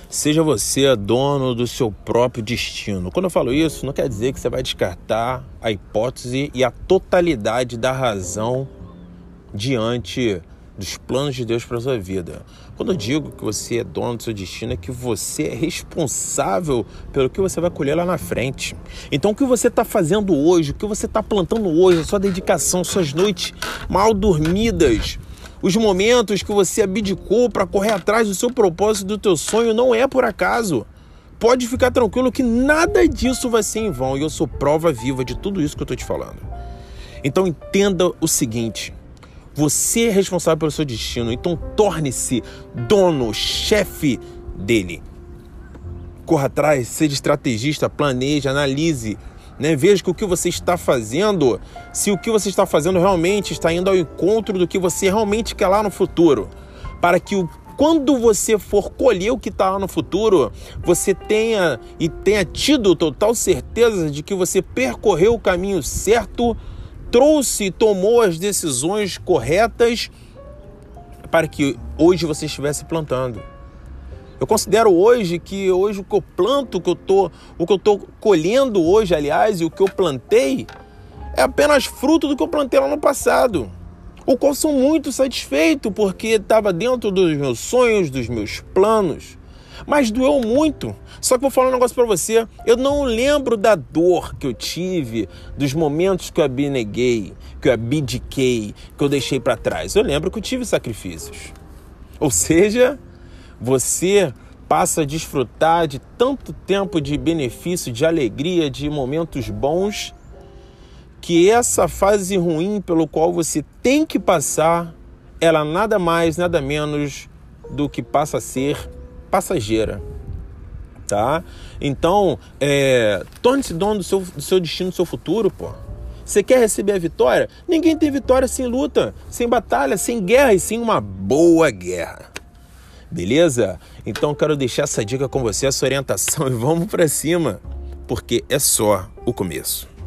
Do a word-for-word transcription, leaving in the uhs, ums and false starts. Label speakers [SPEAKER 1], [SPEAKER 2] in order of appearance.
[SPEAKER 1] Seja você dono do seu próprio destino. Quando eu falo isso, não quer dizer que você vai descartar a hipótese e a totalidade da razão diante dos planos de Deus para a sua vida. Quando eu digo que você é dono do seu destino, é que você é responsável pelo que você vai colher lá na frente. Então, o que você está fazendo hoje, o que você está plantando hoje, a sua dedicação, suas noites mal dormidas, os momentos que você abdicou para correr atrás do seu propósito, do teu sonho, não é por acaso. Pode ficar tranquilo que nada disso vai ser em vão. E eu sou prova viva de tudo isso que eu estou te falando. Então entenda o seguinte. Você é responsável pelo seu destino. Então torne-se dono, chefe dele. Corra atrás, seja estrategista, planeje, analise. Né? Veja que o que você está fazendo, se o que você está fazendo realmente está indo ao encontro do que você realmente quer lá no futuro. Para que o, quando você for colher o que está lá no futuro, você tenha e tenha tido total certeza de que você percorreu o caminho certo, trouxe e tomou as decisões corretas para que hoje você estivesse plantando. Eu considero hoje que hoje o que eu planto, o que eu tô, o que eu tô colhendo hoje, aliás, e o que eu plantei é apenas fruto do que eu plantei lá no passado. O qual sou muito satisfeito porque estava dentro dos meus sonhos, dos meus planos. Mas doeu muito. Só que vou falar um negócio para você. Eu não lembro da dor que eu tive, dos momentos que eu abneguei, que eu abdiquei, que eu deixei para trás. Eu lembro que eu tive sacrifícios. Ou seja, você passa a desfrutar de tanto tempo de benefício, de alegria, de momentos bons, que essa fase ruim pelo qual você tem que passar, ela nada mais, nada menos do que passa a ser passageira, tá? Então, é, torne-se dono do seu, do seu destino, do seu futuro, pô. Você quer receber a vitória? Ninguém tem vitória sem luta, sem batalha, sem guerra, e sem uma boa guerra. Beleza? Então, quero deixar essa dica com você, essa orientação, e vamos pra cima, porque é só o começo.